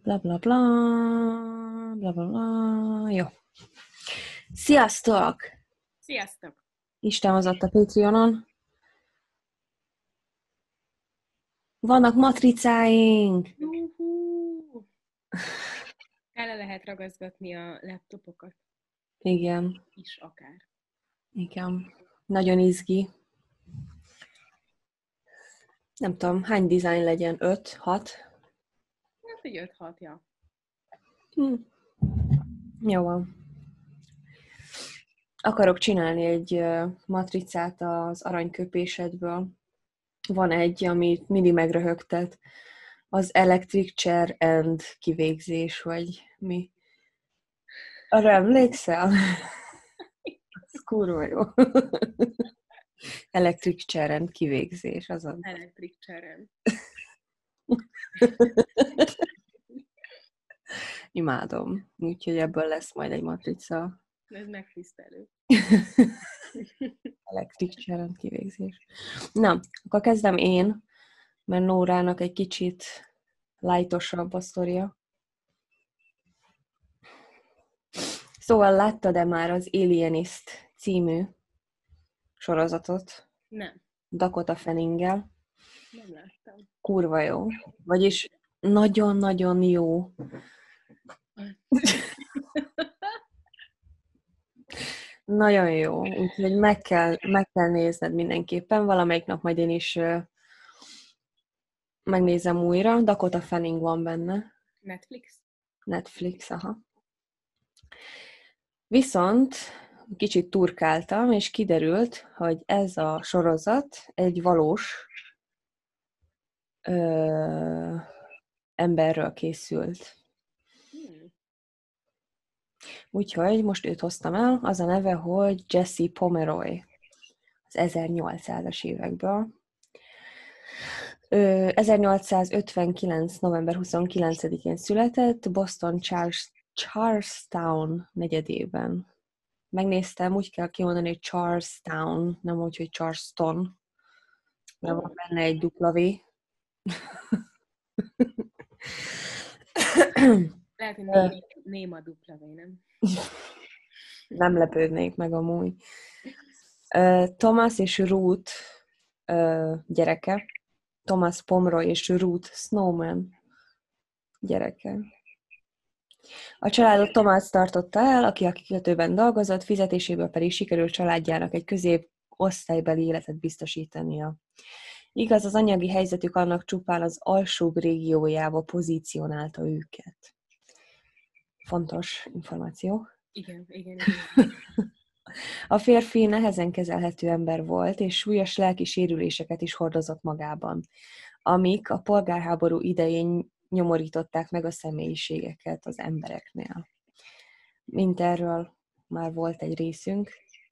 Bla bla bla, bla bla bla. Jó. Sziasztok! Sziasztok! Isten hozott a Patreonon. Vannak matricáink! Juhú! Tele lehet ragaszgatni a laptopokat Igen, is akár. igen. Nagyon izgi. Nem tudom, hány design legyen? 5, 6? Hát, hogy 5-6, ja. Jó van. Akarok csinálni egy matricát az aranyköpésedből. Van egy, amit mindig megröhögtet. Az Electric Chair End kivégzés, vagy mi. Arra emlékszel? Ez kurva jó. Electric Chair End kivégzés, azon. Electric chair-en. Imádom. Úgyhogy ebből lesz majd egy matrica. Ez megtisztelő. Electric Chair End kivégzés. Na, akkor kezdem én, mert Nórának egy kicsit lightosabb a sztoria. Szóval láttad-e már az Alienist című sorozatot? Nem, Dakota Fanninggel? nem láttam. Kurva jó. Vagyis nagyon-nagyon jó. Nagyon jó. Úgyhogy meg kell nézned mindenképpen. Valamelyik nap majd én is megnézem újra. Dakota Fanning van benne. Netflix? Netflix, aha. Viszont kicsit turkáltam, és kiderült, hogy ez a sorozat egy valós emberről készült. Úgyhogy most őt hoztam el, az a neve, hogy Jesse Pomeroy, az 1800-as évekből. 1859. november 29-én született, Boston Charlestown negyedében. Megnéztem, úgy kell kimondani, hogy Charlestown, nem úgy, hogy Charleston, mert van benne egy dupla V. Lehet, hogy néma dupla V, nem? Nem lepődnék meg amúgy. Thomas és Ruth gyereke. Thomas Pomeroy és Ruth Snowman gyereke. A családot Thomas tartotta el, aki a kikötőben dolgozott, fizetéséből pedig sikerült családjának egy középosztálybeli életet biztosítania. Igaz, az anyagi helyzetük annak csupán az alsóbb régiójába pozícionálta őket. Fontos információ. Igen. A férfi nehezen kezelhető ember volt, és súlyos lelki sérüléseket is hordozott magában, amik a polgárháború idején nyomorították meg a személyiségeket az embereknél. Mint erről már volt egy részünk.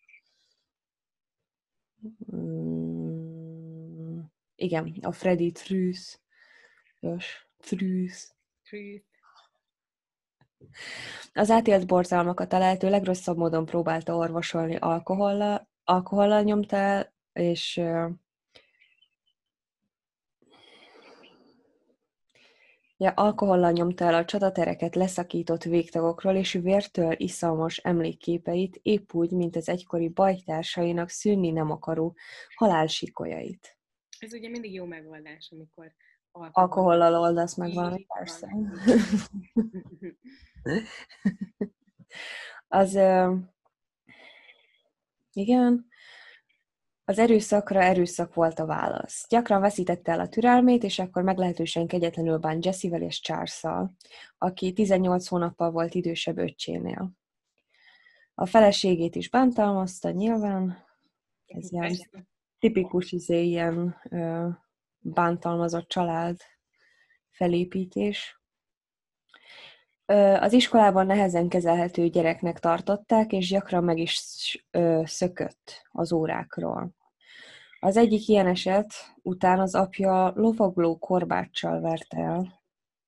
Igen, a Freddy Truth. Az átélt borzalmakat a lehető legrosszabb módon próbálta orvosolni alkohollal nyomta el, és alkohollal nyomta el a csatatereket leszakított végtagokról, és vértől iszalmas emlékképeit, épp úgy, mint az egykori bajtársainak szűnni nem akaró halálsikolyait. Ez ugye mindig jó megoldás, amikor Alkohollal oldasz meg valami, persze. Igen, az erőszakra erőszak volt a válasz. Gyakran veszítette el a türelmét, és akkor meglehetősen kegyetlenül bánt Jesse-vel és Charles-szal, aki 18 hónappal volt idősebb öccsénél. A feleségét is bántalmazta, nyilván. Ez ilyen tipikus ilyen bántalmazott család felépítés. Az iskolában nehezen kezelhető gyereknek tartották, és gyakran meg is szökött az órákról. Az egyik ilyen eset után az apja lovagló korbáccsal verte el.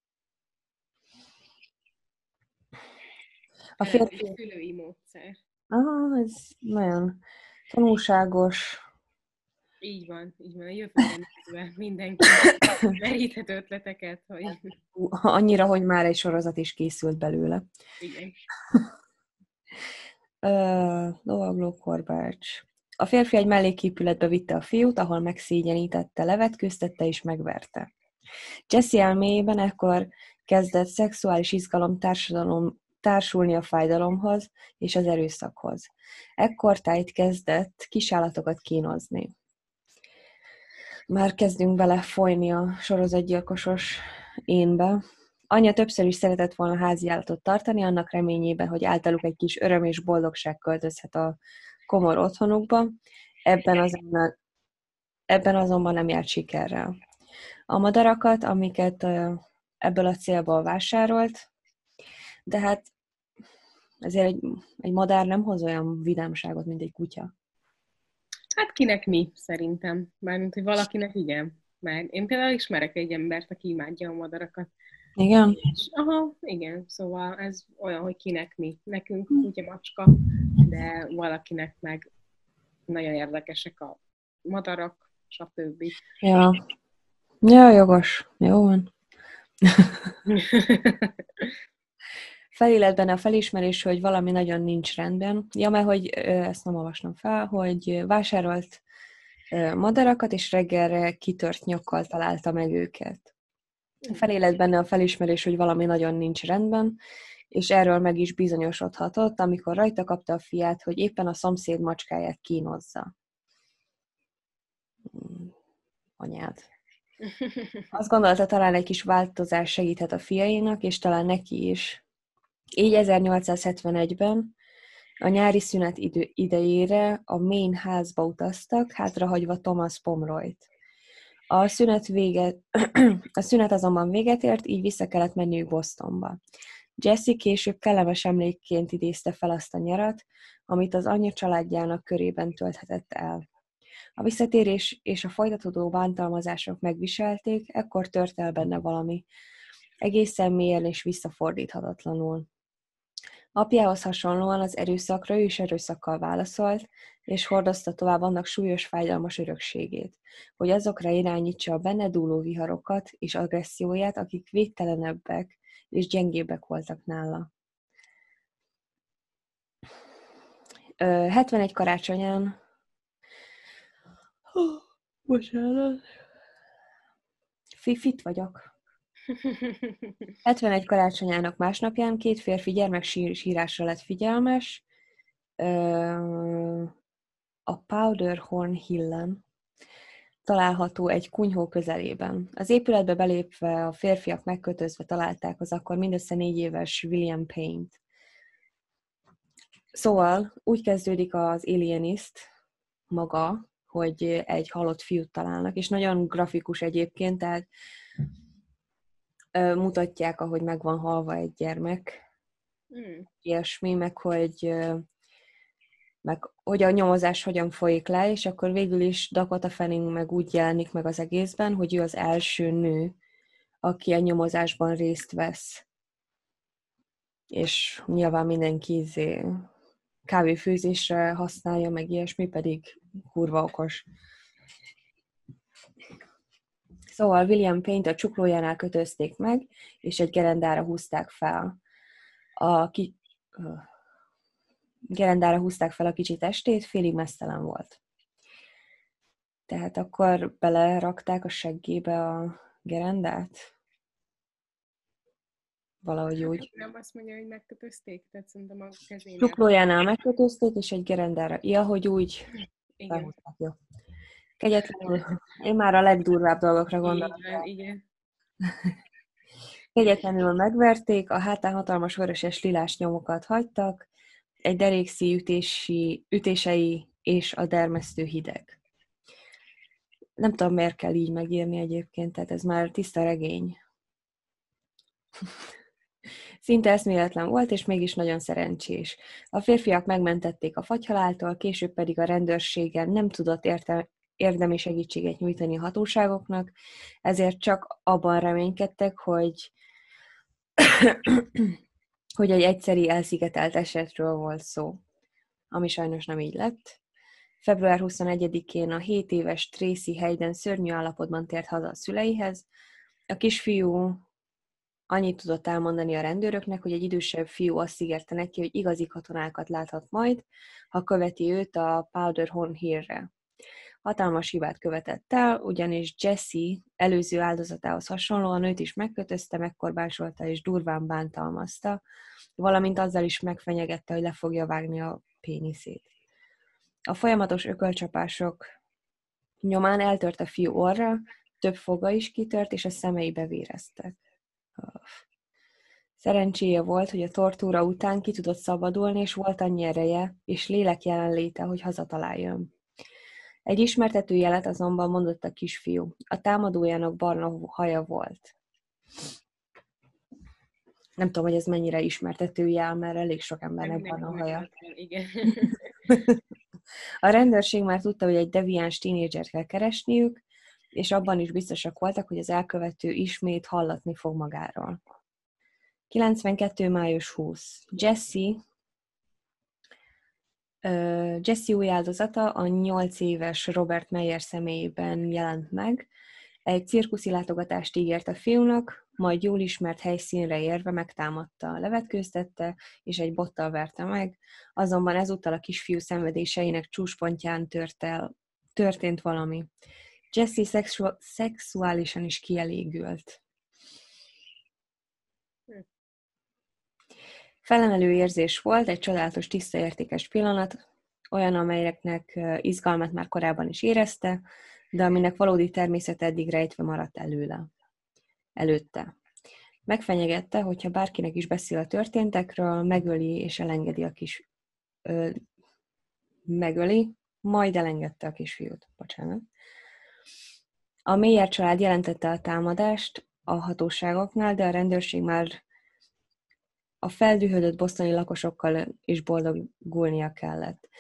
A férfi... Szülői módszer. Ez nagyon tanulságos. Így van, így van. A jövőre nézve mindenki meríthet ötleteket, hogy Annyira, hogy már egy sorozat is készült belőle. igen. Lovagló korbács. A férfi egy melléképületbe vitte a fiút, ahol megszégyenítette, levetkőztette és megverte. Jesse elméjében ekkor kezdett szexuális izgalom társulni a fájdalomhoz és az erőszakhoz. Ekkor tájt kezdett kisállatokat kínozni. Már kezdünk bele folyni a sorozatgyilkosos énbe. Anyja többször is szeretett volna háziállatot tartani, annak reményében, hogy általuk egy kis öröm és boldogság költözhet a komor otthonukba. Ebben azonban nem járt sikerrel. A madarakat, amiket ebből a célból vásárolt, de hát ezért egy madár nem hoz olyan vidámságot, mint egy kutya. Hát kinek mi, szerintem. Mármint, hogy valakinek igen. Mert én például ismerek egy embert, aki imádja a madarakat. Igen? És, aha, igen, szóval ez olyan, hogy kinek mi. Nekünk kutya, macska, de valakinek meg nagyon érdekesek a madarak, stb. Ja. Ja, jogos. Jó van. Feliratban a felismerés, hogy valami nagyon nincs rendben. Ja, mert hogy ezt nem olvasnom fel, hogy vásárolt madarakat, és reggelre kitört nyakkal találta meg őket. Felélet benne a felismerés, hogy valami nagyon nincs rendben, és erről meg is bizonyosodhatott, amikor rajta kapta a fiát, hogy éppen a szomszéd macskáját kínozza. Anyád. Azt gondolta, talán egy kis változás segíthet a fiainak, és talán neki is. Így 1871-ben a nyári szünet idejére a Maine házba utaztak, hátrahagyva Thomas Pomeroyt. A szünet azonban véget ért, így vissza kellett menniük Bostonba. Jessie később kellemes emlékként idézte fel azt a nyarat, amit az anyja családjának körében tölthetett el. A visszatérés és a folytatódó bántalmazások megviselték, ekkor tört el benne valami, egészen mélyen és visszafordíthatatlanul. Apjához hasonlóan az erőszakra ő is erőszakkal válaszolt, és hordozta tovább annak súlyos, fájdalmas örökségét, hogy azokra irányítsa a benne dúló viharokat és agresszióját, akik védtelenebbek és gyengébbek voltak nála. 71 karácsonyán... Bocsánat. Fit vagyok. 71 karácsonyának másnapján két férfi gyermeksírásra lett figyelmes a Powderhorn Hillen, található egy kunyhó közelében. Az épületbe belépve a férfiak megkötözve találták az akkor mindössze 4 éves William Payne-t. Szóval úgy kezdődik az Alienist maga, hogy egy halott fiút találnak, és nagyon grafikus egyébként, tehát mutatják, ahogy meg van halva egy gyermek, ilyesmi, meg hogy a nyomozás hogyan folyik le, és akkor végül is Dakota Fanning meg úgy jelenik meg az egészben, hogy ő az első nő, aki a nyomozásban részt vesz. És nyilván mindenki kávéfőzésre használja, meg ilyesmi, pedig kurva okos. Szóval William Payne-t a csuklójánál kötözték meg, és egy gerendára húzták fel. Gerendára húzták fel a kicsi testét, félig meztelen volt. Tehát akkor belerakták a seggébe a gerendát? Valahogy úgy. Nem azt mondja, hogy megkötözték, tehát szerintem a kezénél. Csuklójánál megkötözték, és egy gerendára. Ja, hogy úgy behúzták, jó. Kegyetlenül. Én már a legdurvább dolgokra gondolok. Igen. Kegyetlenül megverték, a hátán hatalmas vöröses lilás nyomokat hagytak, egy derékszí ütései és a dermesztő hideg. Nem tudom, miért kell így megírni egyébként, tehát ez már tiszta regény. Szinte eszméletlen volt, és mégis nagyon szerencsés. A férfiak megmentették a fagyhaláltól, később pedig a rendőrségen nem tudott érdemi segítséget nyújtani a hatóságoknak, ezért csak abban reménykedtek, hogy egy egyszeri elszigetelt esetről volt szó, ami sajnos nem így lett. Február 21-én a 7 éves Tracy Hayden szörnyű állapotban tért haza a szüleihez. A kisfiú annyit tudott elmondani a rendőröknek, hogy egy idősebb fiú azt ígérte neki, hogy igazi katonákat láthat majd, ha követi őt a Powderhorn hírre. Hatalmas hibát követett el, ugyanis Jesse előző áldozatához hasonlóan őt is megkötözte, megkorbásolta és durván bántalmazta, valamint azzal is megfenyegette, hogy le fogja vágni a péniszét. A folyamatos ökölcsapások nyomán eltört a fiú orra, több foga is kitört, és a szemei bevéreztek. Szerencséje volt, hogy a tortúra után ki tudott szabadulni, és volt annyi ereje és lélek jelenléte, hogy hazataláljon. Egy ismertető jelet azonban mondott a kisfiú. A támadójának barna haja volt. Nem tudom, hogy ez mennyire ismertető jel, mert elég sok embernek barna haja. Igen. A rendőrség már tudta, hogy egy deviáns tínédzsert kell keresniük, és abban is biztosak voltak, hogy az elkövető ismét hallatni fog magáról. 92. május 20. Jesse új áldozata a 8 éves Robert Meyer személyében jelent meg. Egy cirkuszi látogatást ígért a fiúnak, majd jól ismert helyszínre érve megtámadta, levetkőztette, és egy bottal verte meg, azonban ezúttal a kisfiú szenvedéseinek csúcspontján történt valami. Jesse szexuálisan is kielégült. Felemelő érzés volt, egy csodálatos, tiszta, értékes pillanat, olyan, amelyeknek izgalmat már korábban is érezte, de aminek valódi természete eddig rejtve maradt előtte. Megfenyegette, hogyha bárkinek is beszél a történtekről, megöli és elengedi megöli, majd elengedte a kisfiút. Bocsánat. A Meyer család jelentette a támadást a hatóságoknál, de a rendőrség már a feldühödött bostoni lakosokkal is boldogulnia kellett.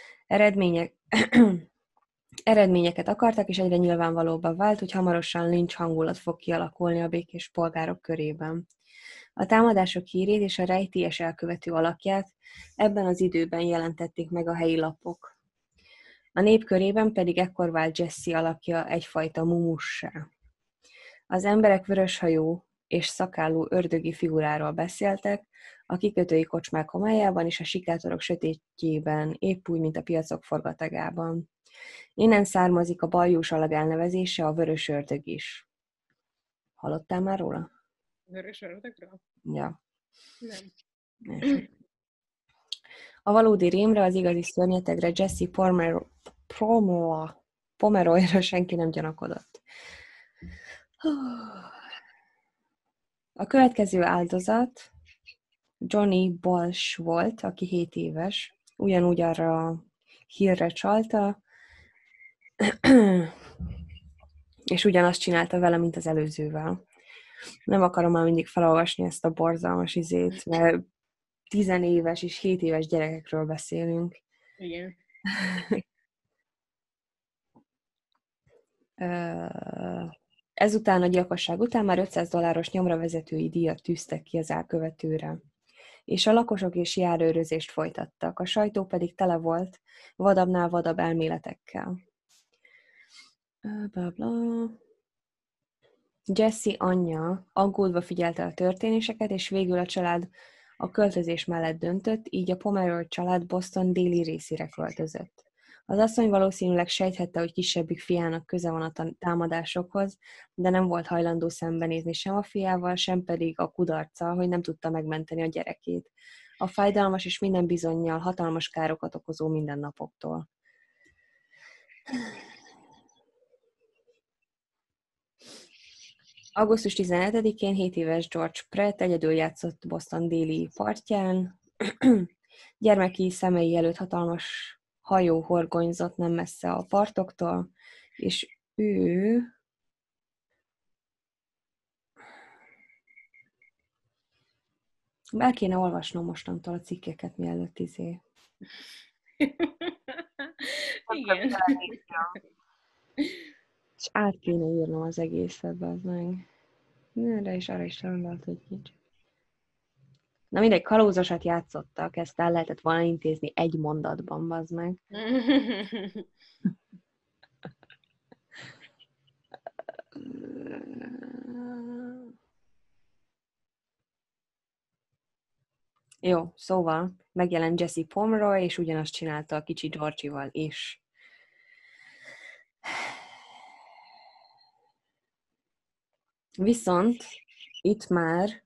Eredményeket akartak, és egyre nyilvánvalóbbá vált, hogy hamarosan lincs hangulat fog kialakulni a békés polgárok körében. A támadások hírét és a rejtélyes elkövető alakját ebben az időben jelentették meg a helyi lapok. A nép körében pedig ekkor vált Jesse alakja egyfajta mumussá. Az emberek vöröshajú és szakállú ördögi figuráról beszéltek, a kikötői kocsmák homályában és a sikátorok sötétjében, épp úgy, mint a piacok forgatagában. Innen származik a baljós alag elnevezése, a vörös ördög is. Hallottál már róla? Vörös ördögről? Ja. Nem. A valódi rémre, az igazi szörnyetegre, Jesse Pomeroyra senki nem gyanakodott. A következő áldozat Johnny Balch volt, aki 7 éves, ugyanúgy arra a hírre csalta, és ugyanazt csinálta vele, mint az előzővel. Nem akarom már mindig felolvasni ezt a borzalmas izét, mert 10 éves és 7 éves gyerekekről beszélünk. Igen. Ezután a gyilkosság után már $500 nyomravezetői díjat tűztek ki az elkövetőre. És a lakosok is járőrözést folytattak, a sajtó pedig tele volt vadabbnál vadabb elméletekkel. Jesse anyja aggódva figyelte a történéseket, és végül a család a költözés mellett döntött, így a Pomeroy család Boston déli részére költözött. Az asszony valószínűleg sejthette, hogy kisebbik fiának köze van a támadásokhoz, de nem volt hajlandó szembenézni sem a fiával, sem pedig a kudarccal, hogy nem tudta megmenteni a gyerekét. A fájdalmas és minden bizonnyal hatalmas károkat okozó mindennapoktól. Augusztus 17-én 7 éves George Pratt egyedül játszott Boston déli partján. Gyermeki szemei előtt hatalmas hajó horgonyzott nem messze a partoktól, és ő el kéne olvasnom mostantól a cikkeket, mielőtt Igen. És át kéne írnom az egészet, az meg. Arra is gondolt, hogy nincs. Na mindegy, kalózosat játszottak, ezt el lehetett volna intézni egy mondatban, bazd meg. Jó, szóval megjelent Jesse Pomeroy, és ugyanazt csinálta a kicsi Georgie-val is. Viszont itt már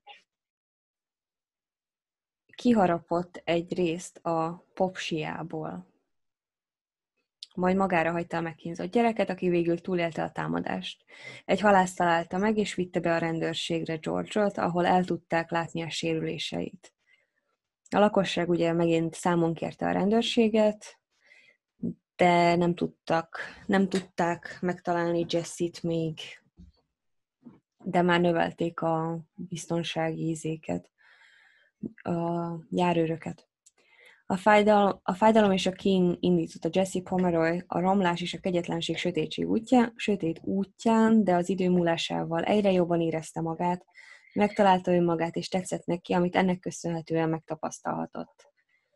kiharapott egy részt a popsiából. Majd magára hagyta a megkínzott gyereket, aki végül túlélte a támadást. Egy halász találta meg, és vitte be a rendőrségre George-ot, ahol el tudták látni a sérüléseit. A lakosság ugye megint számon kérte a rendőrséget, de nem tudták megtalálni Jessit még, de már növelték a biztonsági ízéket, a járőröket. A fájdalom és a kín indította Jesse Pomeroy a romlás és a kegyetlenség sötét útján, de az idő múlásával egyre jobban érezte magát, megtalálta önmagát és tetszett neki, amit ennek köszönhetően megtapasztalhatott.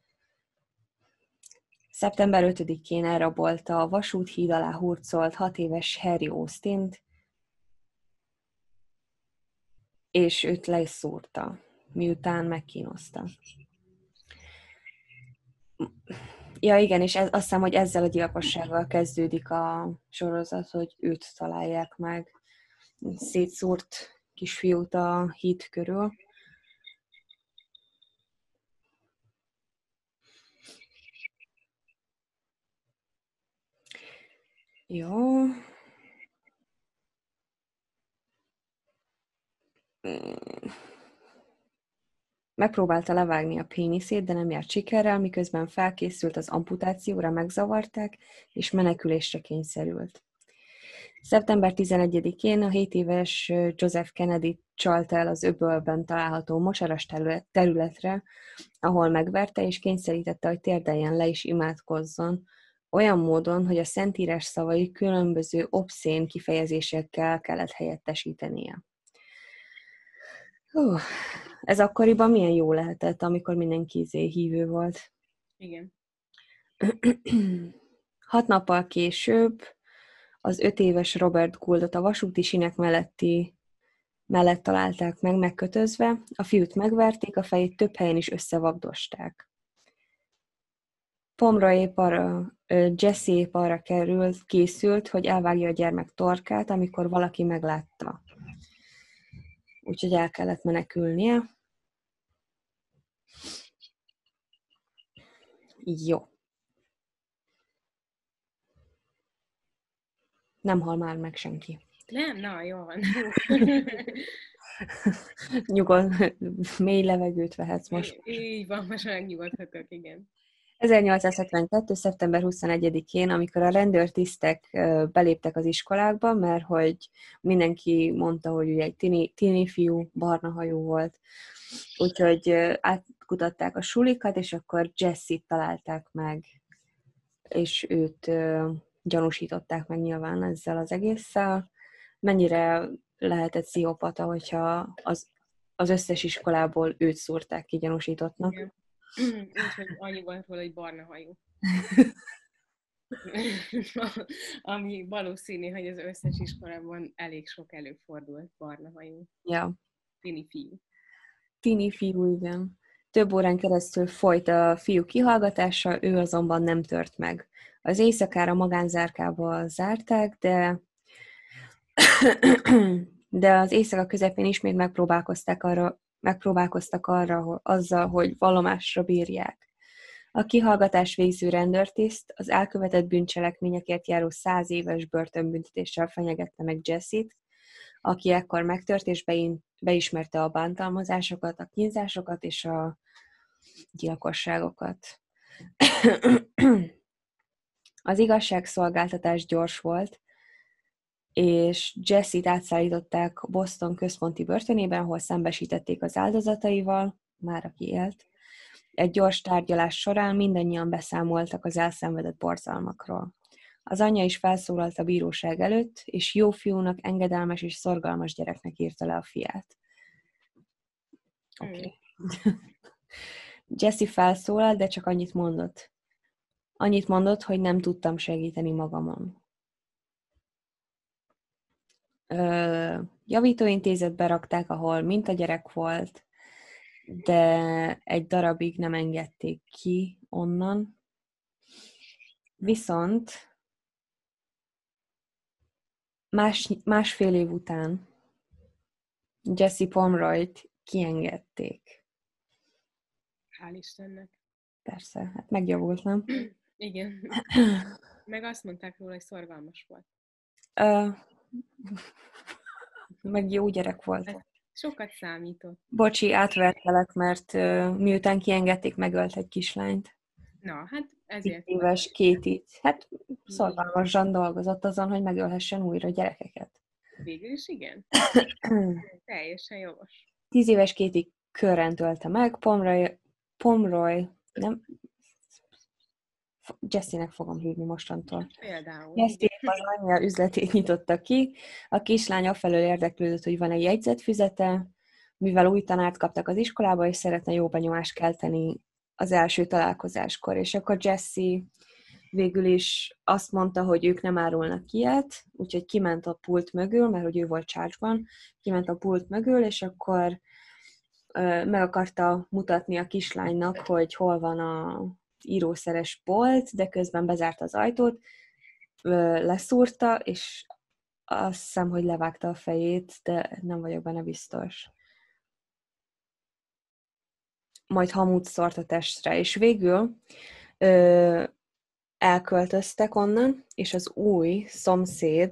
Szeptember 5-én elrabolta a vasúthíd alá hurcolt 6 éves Harry Austin-t, és őt leszúrta, miután megkínozta. Ja, igen, és azt hiszem, hogy ezzel a gyilkossággal kezdődik a sorozat, hogy őt találják meg. Szétszúrt kisfiút a híd körül. Jó. Megpróbálta levágni a péniszét, de nem járt sikerrel, miközben felkészült az amputációra, megzavarták, és menekülésre kényszerült. Szeptember 11-én a 7 éves Joseph Kennedy csalt el az öbölben található mosaras területre, ahol megverte és kényszerítette, hogy térdeljen le és imádkozzon, olyan módon, hogy a Szentírás szavai különböző obszén kifejezésekkel kellett helyettesítenie. Ez akkoriban milyen jó lehetett, amikor mindenki hívő volt. Igen. 6 nappal később az 5 éves Robert Gouldot a vasúti sínek mellett találták meg megkötözve, a fiút megverték, a fejét több helyen is összevagdosták. Jesse épp arra készült, hogy elvágja a gyermek torkát, amikor valaki meglátta. Úgyhogy el kellett menekülnie. Jó. Nem hal már meg senki. Nem, na, jó van. Nyugodt, mély levegőt vehetsz most. Így van, most megnyugodhatok, igen. 1872. szeptember 21-én, amikor a rendőrtisztek beléptek az iskolákba, mert hogy mindenki mondta, hogy ugye egy tini fiú, barna hajú volt, úgyhogy átkutatták a sulikat, és akkor Jessit találták meg, és őt gyanúsították meg nyilván ezzel az egésszel. Mennyire lehetett pszichopata, hogyha az összes iskolából őt szúrták ki gyanúsítottnak. Igen. Úgyhogy annyi volt róla, hogy barna hajú. Ami valószínű, hogy az összes iskolában elég sok előfordult barna hajú. Ja. Tini fiú. Tini fiú, igen. Több órán keresztül folyt a fiú kihallgatása, ő azonban nem tört meg. Az éjszakára magánzárkába zárták, de az éjszaka közepén ismét megpróbálkoztak arra azzal, hogy vallomásra bírják. A kihallgatás végző rendőrtiszt az elkövetett bűncselekményekért járó 100 éves börtönbüntetéssel fenyegette meg Jessit, aki ekkor megtört és beismerte a bántalmazásokat, a kínzásokat és a gyilkosságokat. Az igazságszolgáltatás gyors volt, és Jessit átszállították Boston központi börtönében, ahol szembesítették az áldozataival, már aki élt. Egy gyors tárgyalás során mindannyian beszámoltak az elszenvedett borzalmakról. Az anyja is felszólalt a bíróság előtt, és jó fiúnak, engedelmes és szorgalmas gyereknek írta le a fiát. Oké. Jessie felszólal, de csak annyit mondott. Annyit mondott, hogy nem tudtam segíteni magamon. Javítóintézetbe rakták, ahol mintagyerek volt, de egy darabig nem engedték ki onnan. Viszont másfél év után Jessie Pomeroyt kiengedték. Hál' Istennek. Persze, hát megjavult, nem? Igen. Meg azt mondták róla, hogy szorgalmas volt. Meg jó gyerek volt. Ez sokat számított. Bocsi, átvertelek, mert miután kiengedték, megölt egy kislányt. Na, hát 10 ezért éves Katie-t. Hát szorgalmasan dolgozott azon, hogy megölhessen újra gyerekeket. Végül is igen. Teljesen jogos. 10 éves Katie körrend tölte meg, Pomeroy, nem? Jessie-nek fogom hívni mostantól. Például. Jessie az anyja üzletét nyitotta ki, a kislány afelől érdeklődött, hogy van egy jegyzetfüzete, mivel új tanárt kaptak az iskolába, és szeretne jó benyomást kelteni az első találkozáskor. És akkor Jessie végül is azt mondta, hogy ők nem árulnak ilyet, úgyhogy kiment a pult mögül, mert hogy ő volt charge-ban, kiment a pult mögül, és akkor meg akarta mutatni a kislánynak, hogy hol van a írószeres bolt, de közben bezárta az ajtót, leszúrta, és azt hiszem, hogy levágta a fejét, de nem vagyok benne biztos. Majd hamut szórt a testre, és végül elköltöztek onnan, és az új szomszéd,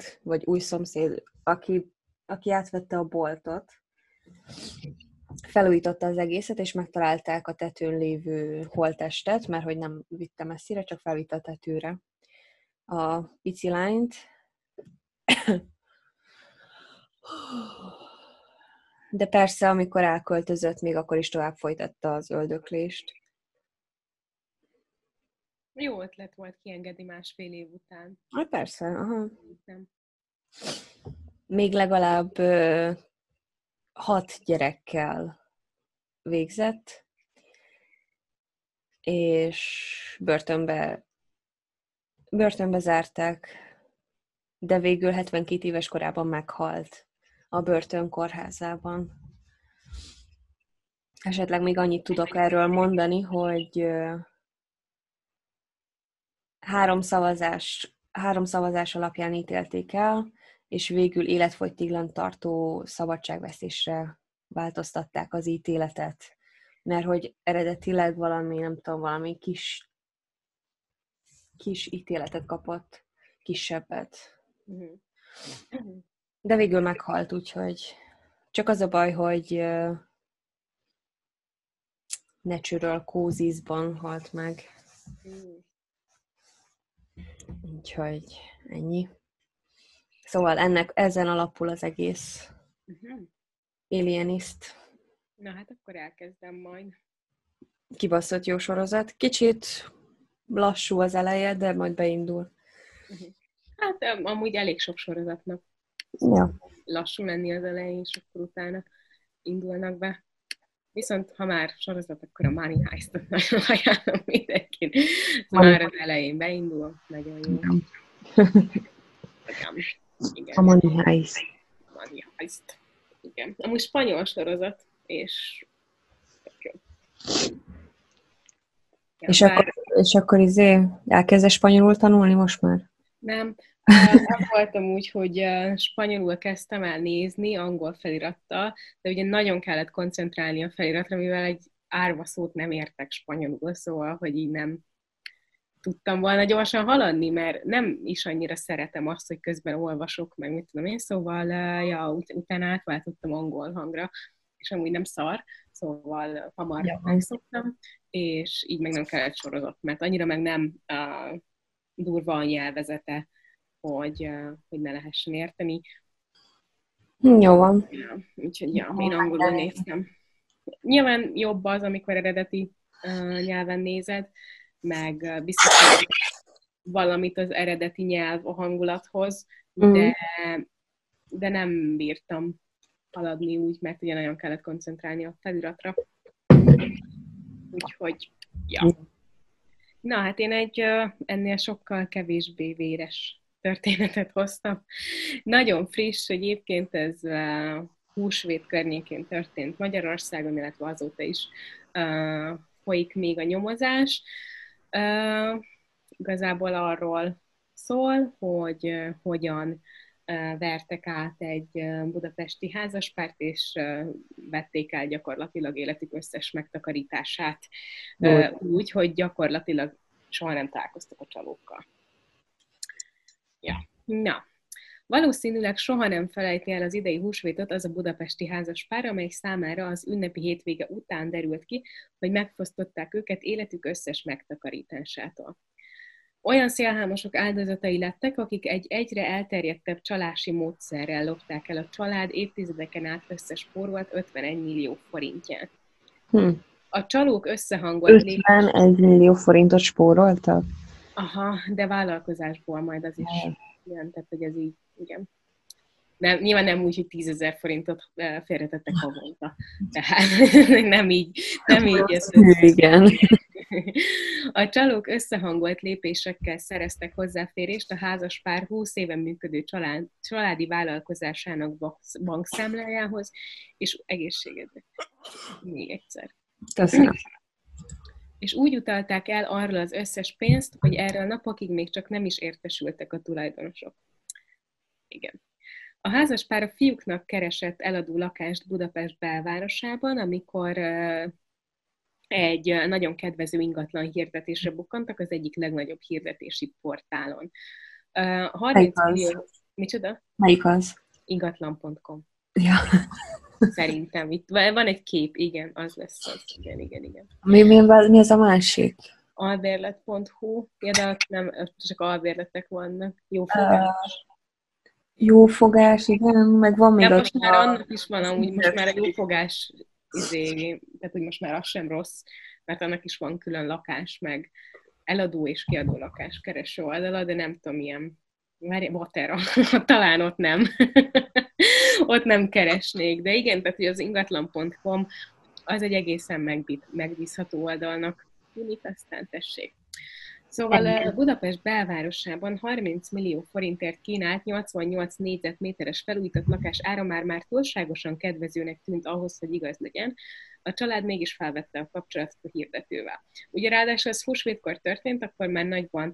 aki átvette a boltot, felújította az egészet, és megtalálták a tetőn lévő holttestet, mert hogy nem vitte messzire, csak felvitte a tetőre a pici lányt. De persze, amikor elköltözött, még akkor is tovább folytatta az öldöklést. Jó ötlet volt kiengedni másfél év után. Hát persze, aha. Nem. Még legalább 6 gyerekkel végzett, és börtönbe zárták, de végül 72 éves korában meghalt a börtön kórházában. Esetleg még annyit tudok erről mondani, hogy 3 szavazás alapján ítélték el, és végül életfogytiglan tartó szabadságvesztésre változtatták az ítéletet. Mert hogy eredetileg valami kis ítéletet kapott, kisebbet. De végül meghalt, úgyhogy csak az a baj, hogy natural causesban halt meg. Úgyhogy ennyi. Szóval ezen alapul az egész Alienist. Na hát akkor elkezdem majd. Kibaszott jó sorozat. Kicsit lassú az eleje, de majd beindul. Hát amúgy elég sok sorozatnak. Ja. Lassú lenni az elején, és akkor utána indulnak be. Viszont ha már sorozat, akkor a Money Heist-ot nagyon ajánlom mindenkinek. Már az elején beindul, nagyon jó. Igen. A Money Heist. Money Heist. Igen. Amúgy spanyol sorozat, és jó. És akkor elkezdesz spanyolul tanulni most már? Nem. Az voltam úgy, hogy spanyolul kezdtem el nézni, angol felirattal, de ugye nagyon kellett koncentrálni a feliratra, mivel egy árva szót nem értek spanyolul, szóval, hogy így nem tudtam volna gyorsan haladni, mert nem is annyira szeretem azt, hogy közben olvasok, meg mit tudom én, szóval utána átváltottam angol hangra, és amúgy nem szar, szóval hamar megszoktam, és így meg nem kellett sorozat, mert annyira meg nem durva a nyelvezete, hogy ne lehessen érteni. Jó van. Ja, úgyhogy én angolul néztem. Nyilván jobb az, amikor eredeti nyelven nézed, meg biztos, hogy valamit az eredeti nyelv a hangulathoz, de nem bírtam haladni úgy, mert ugye nagyon kellett koncentrálni a feliratra. Úgyhogy, ja. Na, hát én egy ennél sokkal kevésbé véres történetet hoztam. Nagyon friss, egyébként ez húsvét környékén történt Magyarországon, illetve azóta is folyik még a nyomozás. Igazából arról szól, hogy hogyan vertek át egy budapesti házaspárt, és vették el gyakorlatilag életük összes megtakarítását úgy, hogy gyakorlatilag soha nem találkoztak a csalókkal. Ja. Na, valószínűleg soha nem felejti el az idei húsvétot az a budapesti házaspár, amely számára az ünnepi hétvége után derült ki, hogy megfosztották őket életük összes megtakarításától. Olyan szélhámosok áldozatai lettek, akik egy egyre elterjedtebb csalási módszerrel lopták el a család évtizedeken át összespórolt 51 millió forintját. A csalók összehangolt 51 millió forintot spóroltak? Aha, de vállalkozásból majd az is jelentett, hogy ez így, igen. Nem, nyilván nem úgy, hogy 10 000 forintot félretettek havonta. Tehát nem így. Igen. A csalók összehangolt lépésekkel szereztek hozzáférést a házaspár 20 éven működő családi vállalkozásának bankszámlájához, és egészségedre. Még egyszer. Köszönöm. És úgy utalták el arról az összes pénzt, hogy erről napokig még csak nem is értesültek a tulajdonosok. Igen. A házaspár a fiúknak keresett eladó lakást Budapest belvárosában, amikor egy nagyon kedvező ingatlan hirdetésre bukkantak az egyik legnagyobb hirdetési portálon. 30 millió... Micsoda? Melyik az? Ingatlan.com. Ja. Szerintem. Itt van egy kép, igen, az lesz az. Igen. Mi az a másik? Albérlet.hu, de nem, csak albérletek vannak. Jófogás. Jófogás, igen, meg van még most már annak is van, amúgy most már a jófogás tehát hogy most már az sem rossz, mert annak is van külön lakás, meg eladó és kiadó lakás kereső oldala, de nem tudom, milyen Vatera, talán ott nem. Ott nem keresnék, de igen, tehát hogy az ingatlan.com az egy egészen megbízható oldalnak tűnik, aztán tessék. Szóval Budapest belvárosában 30 millió forintért kínált 88 négyzetméteres felújított lakás ára már túlságosan kedvezőnek tűnt ahhoz, hogy igaz legyen. A család mégis felvette a kapcsolatot a hirdetővel. Ugye ráadásul ez húsvétkor történt, akkor már nagyban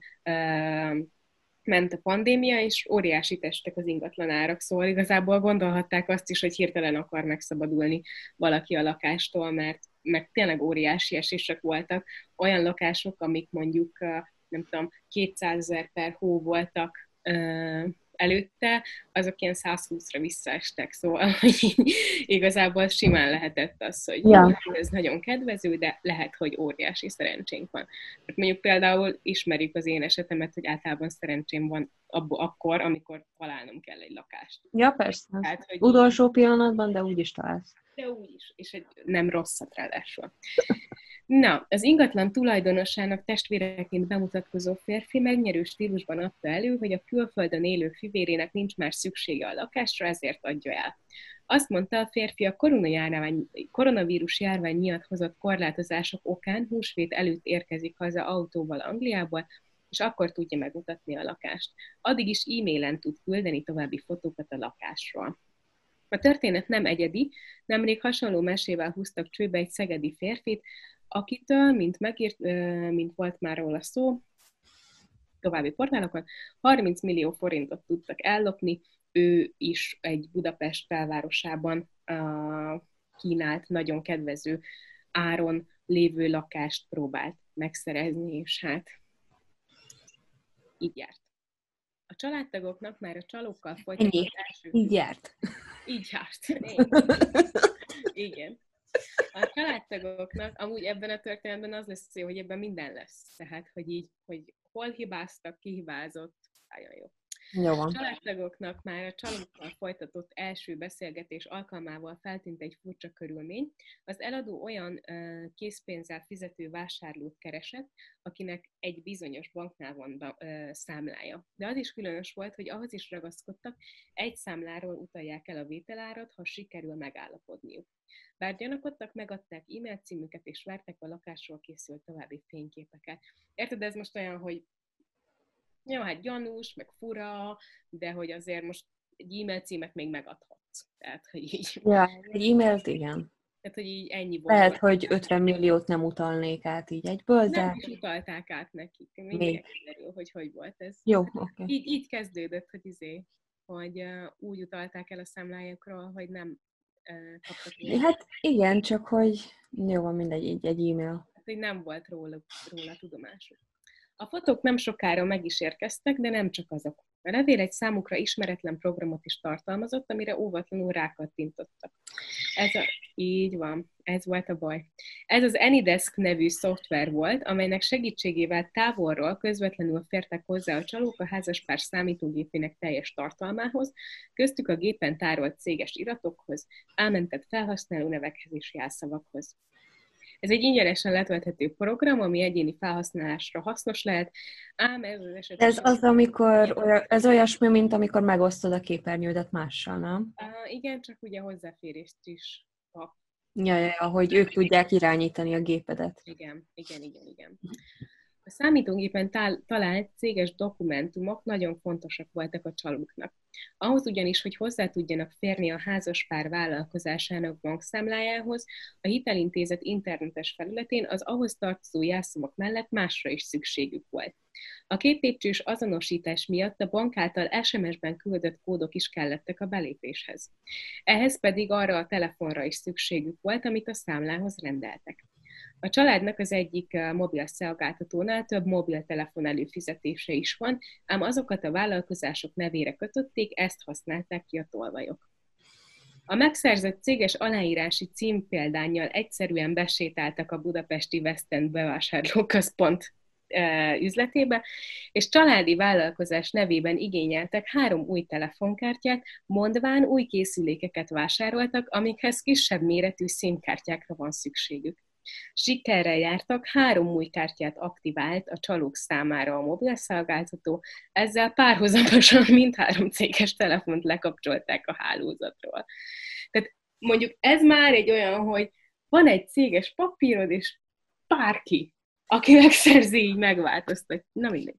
ment a pandémia, és óriási testek az ingatlanárak, szóval igazából gondolhatták azt is, hogy hirtelen akar megszabadulni valaki a lakástól, mert tényleg óriási esések voltak. Olyan lakások, amik mondjuk, nem tudom, 200 000 per hó voltak előtte, azok ilyen 120-ra visszaestek, szóval igazából simán lehetett az, hogy ez nagyon kedvező, de lehet, hogy óriási szerencsénk van. Mert mondjuk például ismerjük az én esetemet, hogy általában szerencsém van akkor, amikor találnom kell egy lakást. Ja, persze. Hát, hogy utolsó pillanatban, de úgy is találsz. De úgy is, és egy nem rosszat ráadásul. Na, az ingatlan tulajdonosának testvéreként bemutatkozó férfi megnyerő stílusban adta elő, hogy a külföldön élő fivérének nincs már szüksége a lakásra, ezért adja el. Azt mondta, a férfi a koronavírus járvány miatt hozott korlátozások okán húsvét előtt érkezik haza autóval Angliából, és akkor tudja megmutatni a lakást. Addig is e-mailen tud küldeni további fotókat a lakásról. A történet nem egyedi, nemrég hasonló mesével húztak csőbe egy szegedi férfit, akitől, mint volt már róla szó, további portálokon, 30 millió forintot tudtak ellopni, ő is egy Budapest belvárosában kínált nagyon kedvező áron lévő lakást próbált megszerezni, és hát így járt. A családtagoknak már a csalókkal folytatott első... Így járt. Így járt. Igen. A családtagoknak amúgy ebben a történetben az lesz jó, hogy ebben minden lesz. Tehát, hogy így, hogy hol hibáztak, ki hibázott, nagyon jó. Jó van. Családtagoknak már a csalókkal folytatott első beszélgetés alkalmával feltűnt egy furcsa körülmény. Az eladó olyan készpénzzel fizető vásárlót keresett, akinek egy bizonyos banknál van számlája. De az is különös volt, hogy ahhoz is ragaszkodtak, egy számláról utalják el a vételárat, ha sikerül megállapodniuk. Bár gyanakodtak, megadták e-mail címüket, és várták a lakásról készült további fényképeket. Érted, ez most olyan, hogy jó, hát gyanús, meg fura, de hogy azért most egy e-mail címet még megadhatsz. Tehát, hogy így... Ja, egy e-mailt, igen. Tehát, hogy így ennyi volt. Lehet, hogy 50 milliót nem utalnék át így egyből, de... Nem is utalták át nekik. Mindjárt kiderül, hogy volt ez. Jó, oké. Így kezdődött, hogy úgy utalták el a számlájukról, hogy nem kaptak ilyen. Hát igen, csak hogy jó van, mindegy, egy e-mail. Hát, hogy nem volt róla tudomásuk. A fotók nem sokára meg is érkeztek, de nem csak azok. A levél egy számukra ismeretlen programot is tartalmazott, amire óvatlanul rákattintottak. Így van, ez volt a baj. Ez az AnyDesk nevű szoftver volt, amelynek segítségével távolról közvetlenül fértek hozzá a csalók a házaspár számítógépének teljes tartalmához, köztük a gépen tárolt céges iratokhoz, elmentett felhasználó nevekhez és jelszavakhoz. Ez egy ingyenesen letölthető program, ami egyéni felhasználásra hasznos lehet, ám ez az esetben... Ez olyasmi, mint amikor megosztod a képernyődet mással, nem? Igen, csak ugye hozzáférést is kap. Ja, hogy ők tudják irányítani a gépedet. Igen. A számítógépen talált céges dokumentumok nagyon fontosak voltak a csalóknak. Ahhoz ugyanis, hogy hozzá tudjanak férni a házaspár vállalkozásának bankszámlájához, a hitelintézet internetes felületén az ahhoz tartozó jelszavak mellett másra is szükségük volt. A két lépcsős azonosítás miatt a bank által SMS-ben küldött kódok is kellettek a belépéshez. Ehhez pedig arra a telefonra is szükségük volt, amit a számlához rendeltek. A családnak az egyik mobil szolgáltatónál több mobiltelefon előfizetése is van, ám azokat a vállalkozások nevére kötötték, ezt használták ki a tolvajok. A megszerzett céges aláírási címpéldánnyal egyszerűen besétáltak a budapesti West End bevásárlóközpont üzletébe, és családi vállalkozás nevében igényeltek 3 új telefonkártyát, mondván új készülékeket vásároltak, amikhez kisebb méretű SIM-kártyákra van szükségük. Sikerrel jártak, 3 új kártyát aktivált a csalók számára a mobilszolgáltató, ezzel párhuzamosan mindhárom céges telefont lekapcsolták a hálózatról. Tehát mondjuk ez már egy olyan, hogy van egy céges papírod, és bárki, aki megszerzi, így megváltoztat. Na mindegy.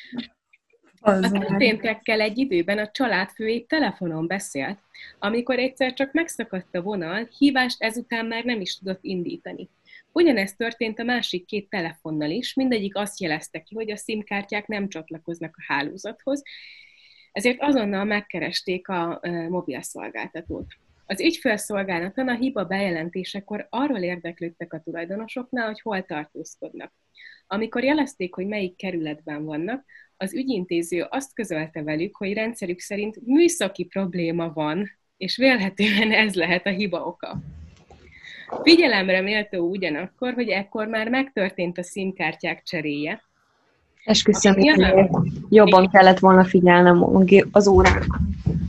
A történtekkel egy időben a családfő épp telefonon beszélt, amikor egyszer csak megszakadt a vonal, hívást ezután már nem is tudott indítani. Ugyanezt történt a másik 2 telefonnal is, mindegyik azt jelezte ki, hogy a SIM-kártyák nem csatlakoznak a hálózathoz, ezért azonnal megkeresték a mobilszolgáltatót. Az ügyfélszolgálaton a hiba bejelentésekor arról érdeklődtek a tulajdonosoknál, hogy hol tartózkodnak. Amikor jelezték, hogy melyik kerületben vannak, az ügyintéző azt közölte velük, hogy rendszerük szerint műszaki probléma van, és vélhetően ez lehet a hiba oka. Figyelemre méltó ugyanakkor, hogy ekkor már megtörtént a SIM-kártyák cseréje. Esküszöm, jobban kellett volna figyelnem az órákon.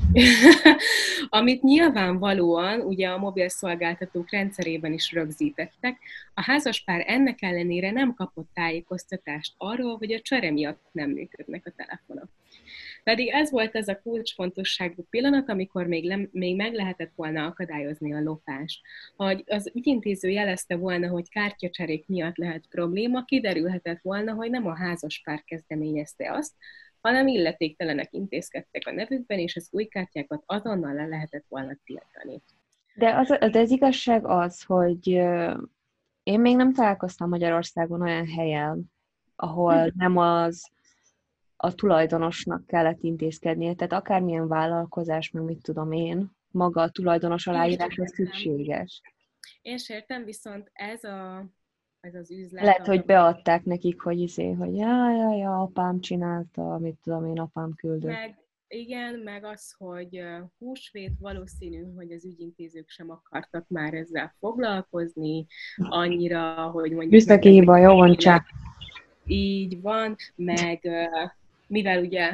Amit nyilvánvalóan ugye a mobilszolgáltatók rendszerében is rögzítettek, a házaspár ennek ellenére nem kapott tájékoztatást arról, hogy a csere miatt nem működnek a telefonok. Pedig ez volt az a kulcsfontosságú pillanat, amikor még meg lehetett volna akadályozni a lopást. Ha az ügyintéző jelezte volna, hogy kártyacserék miatt lehet probléma, kiderülhetett volna, hogy nem a házaspár kezdeményezte azt, hanem illetéktelenek intézkedtek a nevükben, és az új kártyákat azonnal le lehetett volna tiltani. De az igazság az, hogy én még nem találkoztam Magyarországon olyan helyen, ahol nem a tulajdonosnak kellett intézkednie, tehát akármilyen vállalkozás, meg mit tudom én, maga a tulajdonos aláírása szükséges. Én is értem, viszont ez az üzlet... Lehet, hogy beadták nekik, hogy hogy ja, apám csinálta, mit tudom én, apám küldött. Meg az, hogy húsvét valószínű, hogy az ügyintézők sem akartak már ezzel foglalkozni, annyira, hogy mondjuk... Műszaki hiba, jó van, csak. Így van, meg mivel ugye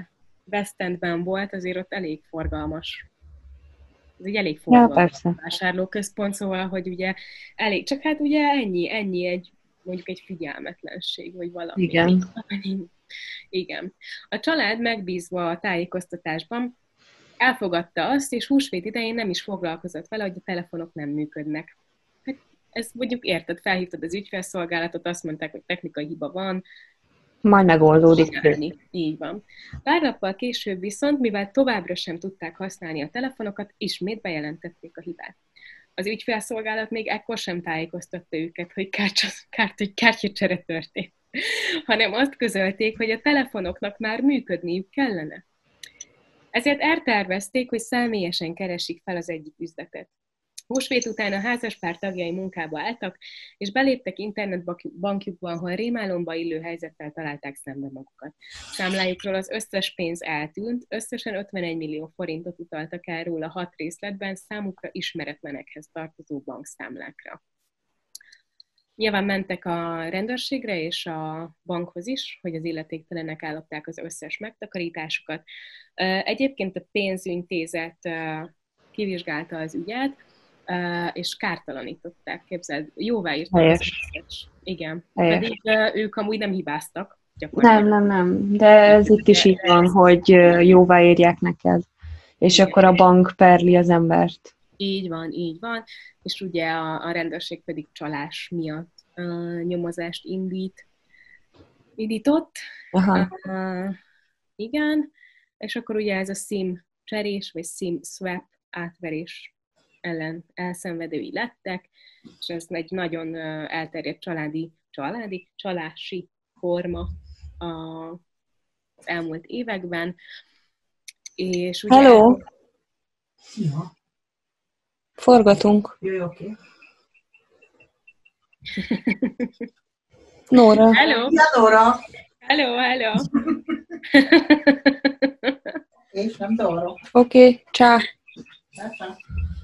West Endben volt, azért ott elég forgalmas. Ez egy elég Ja, forgalmas persze. vásárlóközpont, szóval, hogy ugye elég, csak hát ugye ennyi mondjuk egy figyelmetlenség, vagy valami. Igen. Igen. A család megbízva a tájékoztatásban elfogadta azt, és húsvét idején nem is foglalkozott vele, hogy a telefonok nem működnek. Hát ez mondjuk érted, felhívtad az ügyfélszolgálatot, azt mondták, hogy technikai hiba van, Majd megoldódik. csinálni. Így van. Pár nappal később viszont, mivel továbbra sem tudták használni a telefonokat, ismét bejelentették a hibát. Az ügyfélszolgálat még ekkor sem tájékoztatta őket, hogy kártyacsere történt, hanem azt közölték, hogy a telefonoknak már működniük kellene. Ezért eltervezték, hogy személyesen keresik fel az egyik üzletet. Húsvét után a házaspár tagjai munkába álltak, és beléptek internetbankjukba, ahol rémálomba illő helyzettel találták szembe magukat. Számlájukról az összes pénz eltűnt, összesen 51 millió forintot utaltak el róla 6 részletben számukra ismeretlenekhez tartozó bankszámlákra. Nyilván mentek a rendőrségre és a bankhoz is, hogy az illetéktelenek ellopták az összes megtakarításukat. Egyébként a pénzintézet kivizsgálta az ügyet, és kártalanították, képzeld, jóváírták az összes. Igen, Helyes. pedig ők amúgy nem hibáztak gyakorlatilag. Nem. De ez itt is így van, hogy jóváírják neked. És akkor a bank perli az embert. Így van. És ugye a rendőrség pedig csalás miatt nyomozást indított. Aha. Igen, és akkor ugye ez a SIM cserés, vagy SIM swap átverés ellen elszenvedői lettek, és ez egy nagyon elterjedt csalási forma az elmúlt években. És ugye Hello! Forgatunk. Jó, oké. Nóra. Hello! Szia, Dóra! Hello! És nem Dóra. Oké, csá. Persze.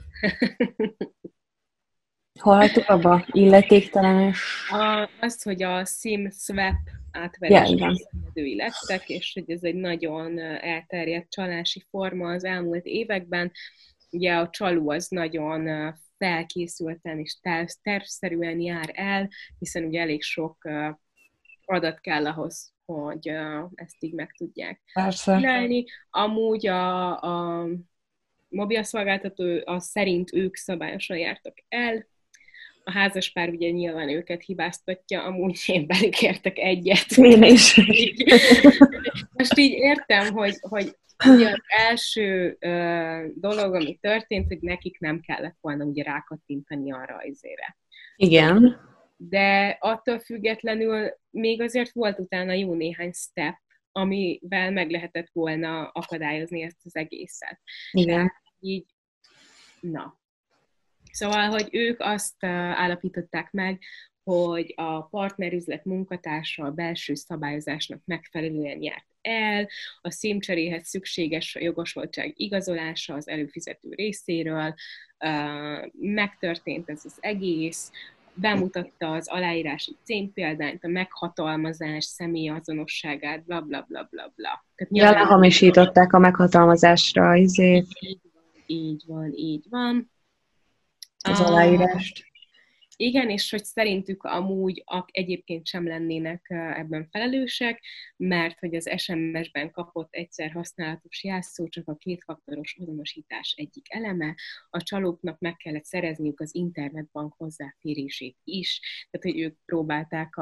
Hol hagytuk abba? Illetéktelenes. Azt, hogy a SIM swap átverés igen. elszenvedői lettek, és hogy ez egy nagyon elterjedt csalási forma az elmúlt években. Ugye a csaló az nagyon felkészülten és tervszerűen jár el, hiszen ugye elég sok adat kell ahhoz, hogy ezt így meg tudják Persze. csinálni. Amúgy a mobilszolgáltató szerint ők szabályosan jártak el. A házaspár ugye nyilván őket hibáztatja, amúgy én velük értek egyet. Én is. Most így értem, hogy ugye az első dolog, ami történt, hogy nekik nem kellett volna ugye rákattintani a rajzére. Igen. De attól függetlenül még azért volt utána jó néhány step, amivel meg lehetett volna akadályozni ezt az egészet. Igen. Tehát így, na. Szóval, hogy ők azt állapították meg, hogy a partnerüzlet munkatársa a belső szabályozásnak megfelelően járt el, a SIM-cseréhez szükséges a jogosultság igazolása az előfizető részéről, megtörtént ez az egész, bemutatta az aláírási címpéldányt, a meghatalmazás személyazonosságát, bla bla bla bla bla. Ja, lehamisították a meghatalmazásra Így van. Az aláírást. Igen, és hogy szerintük amúgy egyébként sem lennének ebben felelősek, mert hogy az SMS-ben kapott egyszer használatos jelszó csak a kétfaktoros azonosítás egyik eleme, a csalóknak meg kellett szerezniük az internetbank hozzáférését is, tehát hogy ők próbálták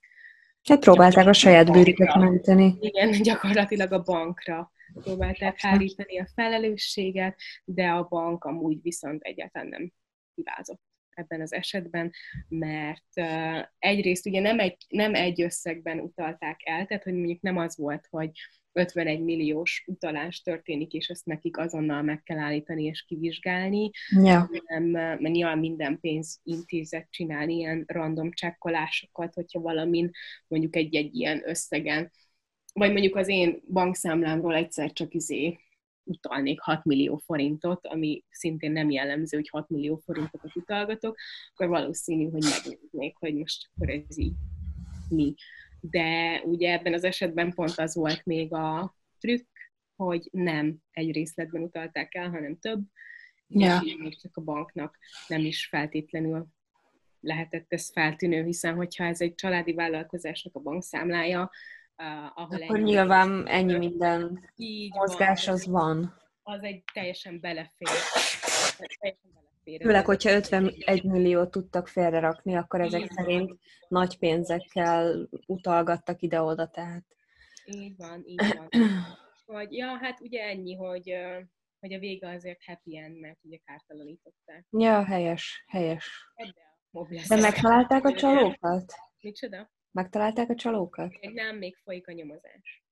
a saját bőrüket menteni. Igen, gyakorlatilag a bankra próbálták hárítani a felelősséget, de a bank amúgy viszont egyáltalán nem hibázott ebben az esetben, mert egyrészt ugye nem egy összegben utalták el, tehát hogy mondjuk nem az volt, hogy 51 milliós utalás történik, és ezt nekik azonnal meg kell állítani és kivizsgálni, Ja. mert nyilván minden pénzintézet csinál ilyen random csekkolásokat, hogyha valamin mondjuk egy ilyen összegen, vagy mondjuk az én bankszámlámról egyszer csak utalnék 6 millió forintot, ami szintén nem jellemző, hogy 6 millió forintot utalgatok, akkor valószínű, hogy megnéznék, hogy most akkor ez így mi. De ugye ebben az esetben pont az volt még a trükk, hogy nem egy részletben utalták el, hanem több, Ja. és így még csak a banknak nem is feltétlenül lehetett ez feltűnő, hiszen hogyha ez egy családi vállalkozásnak a bankszámlája, ahol Akkor nyilván ennyi minden így mozgás van, az van. az egy teljesen belefér. Főleg, hogyha 51 milliót tudtak félrerakni, akkor ezek szerint nagy pénzekkel utalgattak ide-oda, tehát. Így van, így van. Hogy, ja, hát ugye ennyi, hogy a vége azért happy end, mert ugye kártalanították. Ja, helyes. De De megtalálták a csalókat? Micsoda? Megtalálták a csalókat? Nem, még folyik a nyomozás.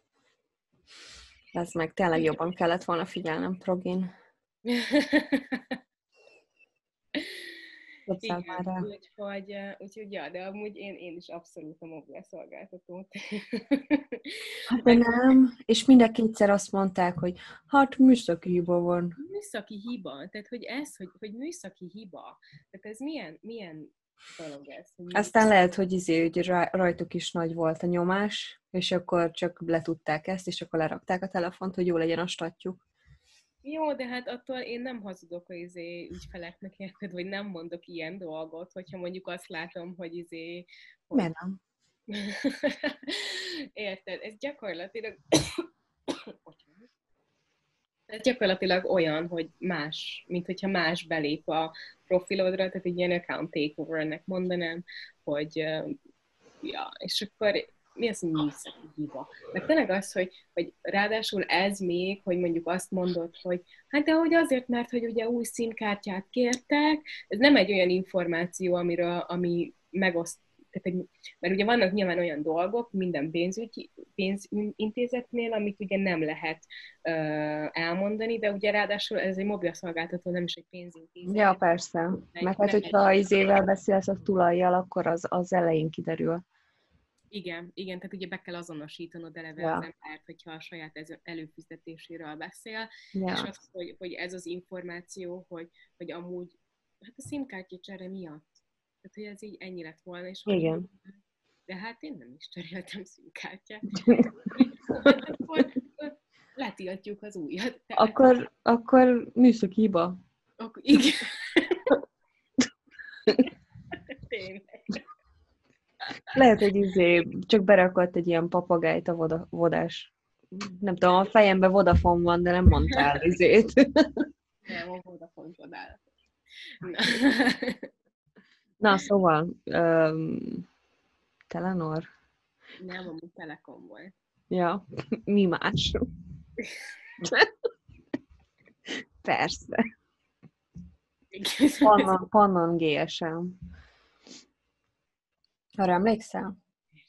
Ez meg tényleg jobban kellett volna figyelnem Progin. Igen, úgyhogy ja, de amúgy én is abszolút a mobil szolgáltatót. Hát de nem, és mind a kétszer azt mondták, hogy hát műszaki hiba van. Műszaki hiba, tehát hogy ez, hogy műszaki hiba, tehát ez milyen dolog ez? Aztán lehet, hogy rajtuk is nagy volt a nyomás, és akkor csak letudták ezt, és akkor lerakták a telefont, hogy jó legyen a statjuk. Jó, de hát attól én nem hazudok az ügyfeleknek, érted, vagy nem mondok ilyen dolgot, hogyha mondjuk azt látom, hogy hogy... Miért nem? Érted, ez gyakorlatilag olyan, hogy más, mint hogyha más belép a profilodra, tehát egy ilyen account takeover-nek mondanám, hogy ja, és akkor mi az, hogy műszaki hiba? Meg tényleg az, hogy ráadásul ez még, hogy mondjuk azt mondod, hogy hát de hogy azért, mert hogy ugye új SIM-kártyát kértek, ez nem egy olyan információ, ami megoszt, mert ugye vannak nyilván olyan dolgok minden pénzintézetnél, amit ugye nem lehet elmondani, de ugye ráadásul ez egy mobil szolgáltató, nem is egy pénzintézet. Ja, persze. Mert hát, hogyha izével beszélsz a tulajjal, akkor az elején kiderül. Igen, tehát ugye be kell azonosítanod eleve az embert, hogyha a saját előfizetéséről beszél, és az, hogy ez az információ, hogy amúgy hát a SIM-kártya csere miatt. Tehát, hogy ez így ennyi lett volna, és igen. De hát én nem is cseréltem SIM-kártyát. Hát akkor letiltjuk az újat. Akkor műszaki hiba. Igen. Tényleg. Lehet, hogy csak berakott egy ilyen papagájt a vodás. Nem tudom, a fejemben Vodafone van, de nem mondtál izét. Nem, a Vodafone csodálatos. Na, szóval, Telenor? Nem, amúgy Telekom volt. Ja, mi más? Persze. Pannon GSM. Arra emlékszel?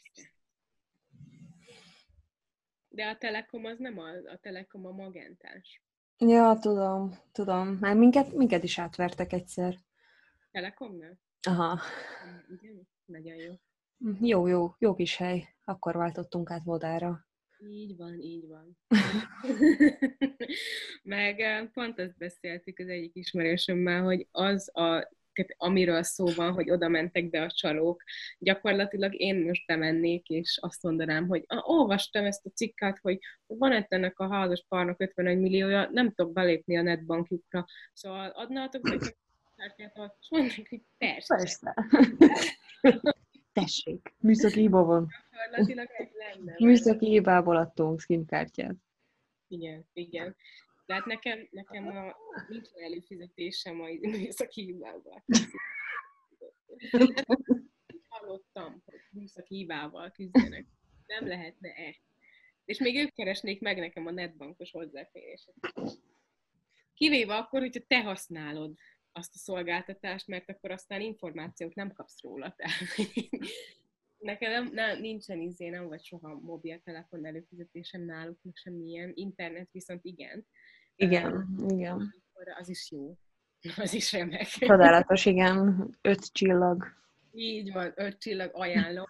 De a Telekom az nem a Telekom a magentás. Ja, tudom. Már minket is átvertek egyszer. Telekomnál? Aha. Igen, nagyon jó. Jó kis hely. Akkor váltottunk át Vodára. Így van. Meg pont azt beszéltük az egyik ismerősömmel, hogy amiről szó van, hogy oda mentek be a csalók. Gyakorlatilag én most bemennék, és azt mondanám, hogy olvastam ezt a cikket, hogy van ennek a házas párnak 51 milliója, nem tudok belépni a netbankjukra. Szóval adnátok nekem a kártyát, és mondják, hogy persze. Tessék, műszaki hiba van. Gyakorlatilag ez lenne. Műszaki hibából adtunk SIM-kártyát. Igen. De hát nekem nincs előfizetésem a műszaki hibával. Hallottam, hogy műszaki hibával küzdenek. Nem lehetne-e? És még ők keresnék meg nekem a netbankos hozzáféréset. Kivéve akkor, hogyha te használod azt a szolgáltatást, mert akkor aztán információt nem kapsz róla. Nekem nincsen nem vagy soha mobiltelefon előfizetésem náluk, meg semmilyen. Internet viszont igen. Igen. Az is jó. Az is remek. Csodálatos, igen. 5 csillag. Így van, 5 csillag, ajánlom.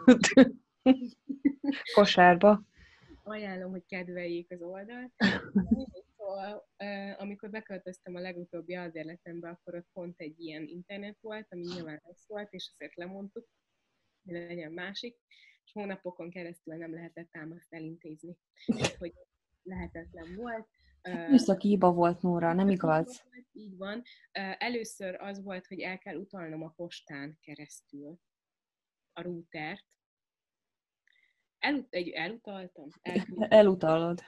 Kosárba. Ajánlom, hogy kedveljék az oldalt. Szóval, amikor beköltöztem a legutóbbi albérletembe, akkor ott pont egy ilyen internet volt, ami nyilván rossz volt, és azért lemondtuk, hogy legyen másik, és hónapokon keresztül nem lehetett ám azt elintézni. Hogy lehetetlen volt. Műszaki hiba volt, Nóra, nem igaz. Így van. Először az volt, hogy el kell utalnom a postán keresztül a routert. Elutaltam? Elutalod.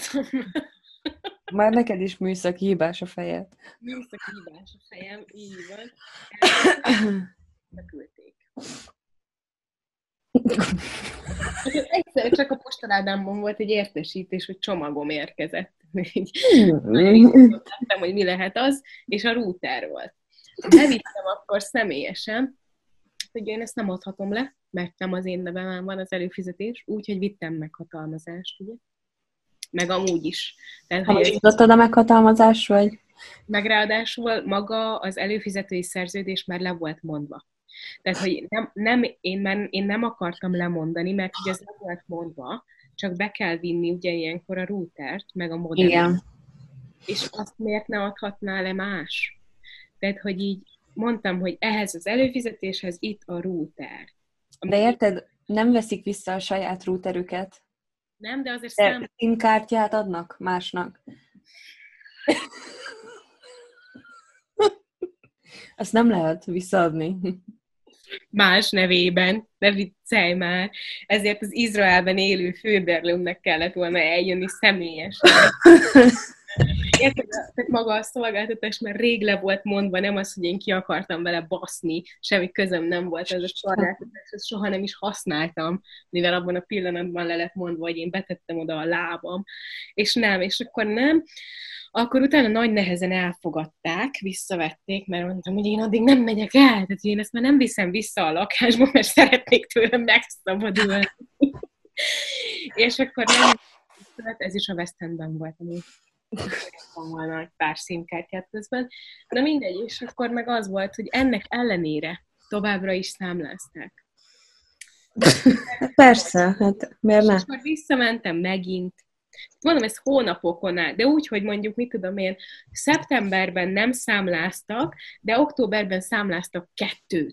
Már neked is műszaki hibás a fejed. Műszaki hibás a fejem, így van. Beküldték. Egyszer csak a postaládámban volt egy értesítés, hogy csomagom érkezett. Láttam, hogy mi lehet az, és a router volt. Bevittem akkor személyesen, hogy én ezt nem adhatom le, mert nem az én nevemen van az előfizetés, úgyhogy vittem meghatalmazást, ugye? Meg amúgy is. Hamisítottad a meghatalmazást, vagy? Meg ráadásul maga az előfizetői szerződés már le volt mondva. Tehát, hogy én nem akartam lemondani, mert ugye ez le volt mondva, csak be kell vinni ugye ilyenkor a routert, meg a modemet. Igen. És azt miért ne adhatná le más? Tehát, hogy így mondtam, hogy ehhez az előfizetéshez itt a router. De érted, nem veszik vissza a saját routerüket. Nem, de azért De SIM-kártyát adnak másnak. Azt nem lehet visszaadni. Más nevében, ne viccelj már. Ezért az Izraelben élő főbérlőmnek kellett volna eljönni személyesen. Érted? Tehát maga a szolgáltatás már rég le volt mondva, nem az, hogy én ki akartam vele baszni, semmi közöm nem volt ez a szolgáltatás, ezt soha nem is használtam, mivel abban a pillanatban le lett mondva, hogy én betettem oda a lábam, és akkor nem. Akkor utána nagy nehezen elfogadták, visszavették, mert mondtam, hogy én addig nem megyek el, tehát én ezt már nem viszem vissza a lakásba, mert szeretnék tőlem megszabadulni. És akkor nem, ez is a West Endben volt, ami van volna egy pár színkártyát közben. De mindegy, és akkor meg az volt, hogy ennek ellenére továbbra is számlázták. Persze, hát miért ne? És akkor visszamentem megint. Mondom, ez hónapokon át, de úgy, hogy mondjuk, mit tudom én, szeptemberben nem számláztak, de októberben számláztak 2.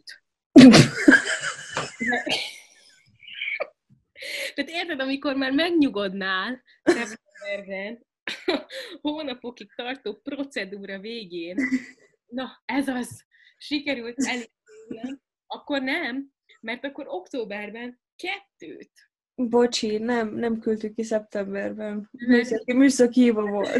Tehát érted, amikor már megnyugodnál szeptemberben, hónapokig tartó procedúra végén, na, ez az, sikerült elérnem, akkor nem, mert akkor októberben 2. Bocsi, nem küldtük ki szeptemberben. Műszaki hiba volt.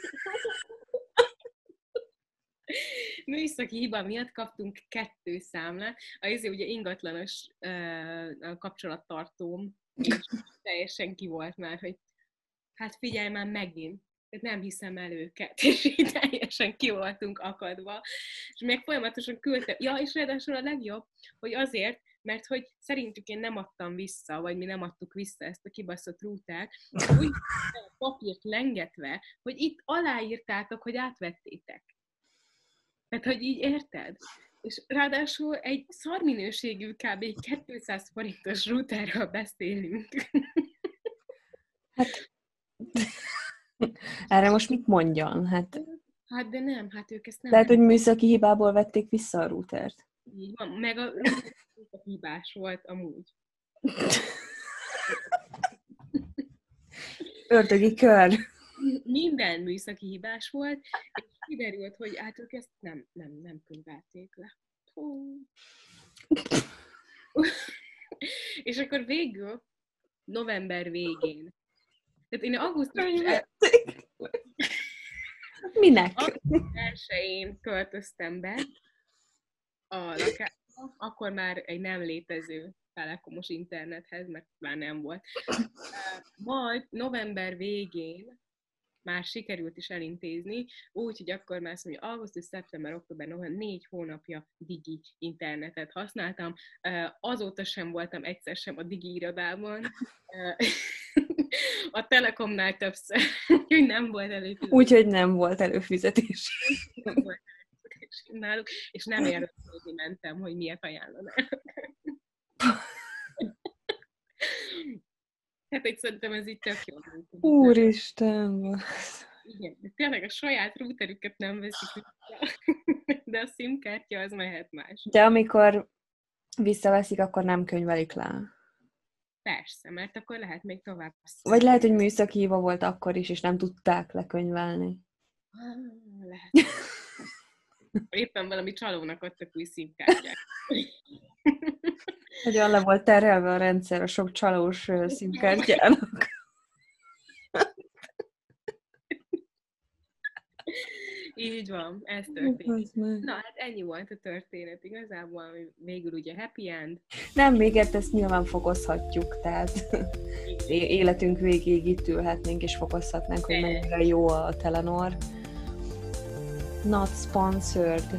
Műszaki hiba miatt kaptunk 2 számlát. Ugye ingatlanos kapcsolattartóm, és teljesen ki volt már, hogy hát figyelj már megint, nem hiszem el őket, és így teljesen ki voltunk akadva. És még folyamatosan küldtem. Ja, és ráadásul a legjobb, hogy azért, mert hogy szerintük én nem adtam vissza, vagy mi nem adtuk vissza ezt a kibaszott routert, úgy a papírt lengetve, hogy itt aláírtátok, hogy átvettétek. Tehát, hogy így érted? És ráadásul egy szarminőségű kb. 200 forintos routerről beszélünk. Hát, erre most mit mondjon? Hát de nem, ők ezt nem... lehet, hogy műszaki hibából vették vissza a routert. Így van, meg a hibás volt amúgy. Ördögi kör. Minden műszaki hibás volt, és kiderült, hogy ők ezt nem könyvelték le. És akkor végül, november végén, tehát én Minek? Augusztus 1-én költöztem be a lakásba, akkor már egy nem létező telekomos internethez, mert már nem volt. Majd november végén már sikerült is elintézni, úgyhogy akkor már azt mondja, augusztus, szeptember, október, november, 4 hónapja digi internetet használtam. Azóta sem voltam egyszer sem a digi irodában. A Telekomnál többször, úgyhogy nem volt előfizetés. Úgyhogy nem volt előfizetés. Nem volt előfizetés náluk, és nem érdeklődni mentem, hogy miért ajánlanak. Hát egy szerintem ez így tök jó. Úristen! Igen, de tényleg a saját routerüket nem veszik vissza, de a SIM-kártya az mehet más. De amikor visszaveszik, akkor nem könyvelik le. Persze, mert akkor lehet még tovább. Vagy lehet, hogy műszaki hiba volt akkor is, és nem tudták lekönyvelni. Lehet. Éppen valami csalónak adtak új szívkártyát. Hogyan le volt terelve a rendszer a sok csalós szívkártyának. Így van, ez történt. Na, hát ennyi volt a történet. Igazából végül ugye happy end. Nem, még ezt nyilván fokozhatjuk, tehát életünk végéig itt ülhetnénk és fokozhatnánk, hogy mennyire jó a Telenor. Not sponsored.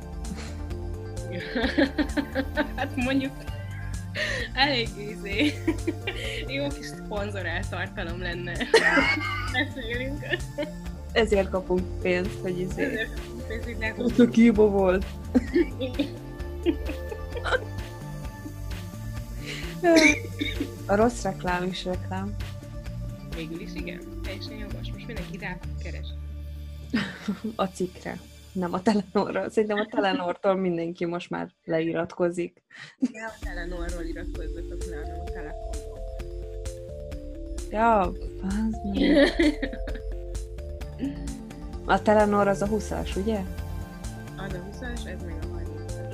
Hát mondjuk elég jó kis szponzorált tartalom lenne. Beszélünk. Ezért kapunk pénzt, hogy Ezért kapunk pénzt, hogy ne Ez a hiba volt. A rossz reklám is reklám. Végül is igen, teljesen jogos. Most mindenki rá keres. A cikkre, nem a Telenorra. Szerintem a Telenortól mindenki most már leiratkozik. Ja, a Telenorról iratkozzatok le, nem a Telekomról. Ja, az mi? A Telenor az a 20-as, ugye? Az a 20-as, ez meg a 30-as.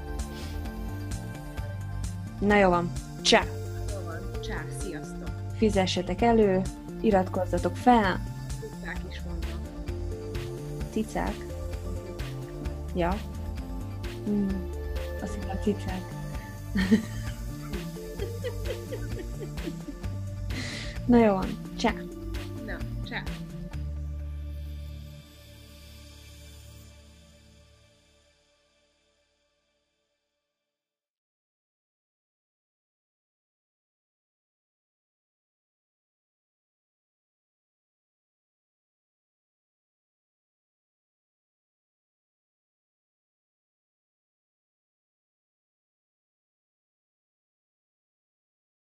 Na jó van, csá! Jó van, csá, sziasztok! Fizessetek elő, iratkozzatok fel. Tudták is vannak. Cicák? Ja. Azt hiszem a cicák. Na jó van, csá! Na, csá!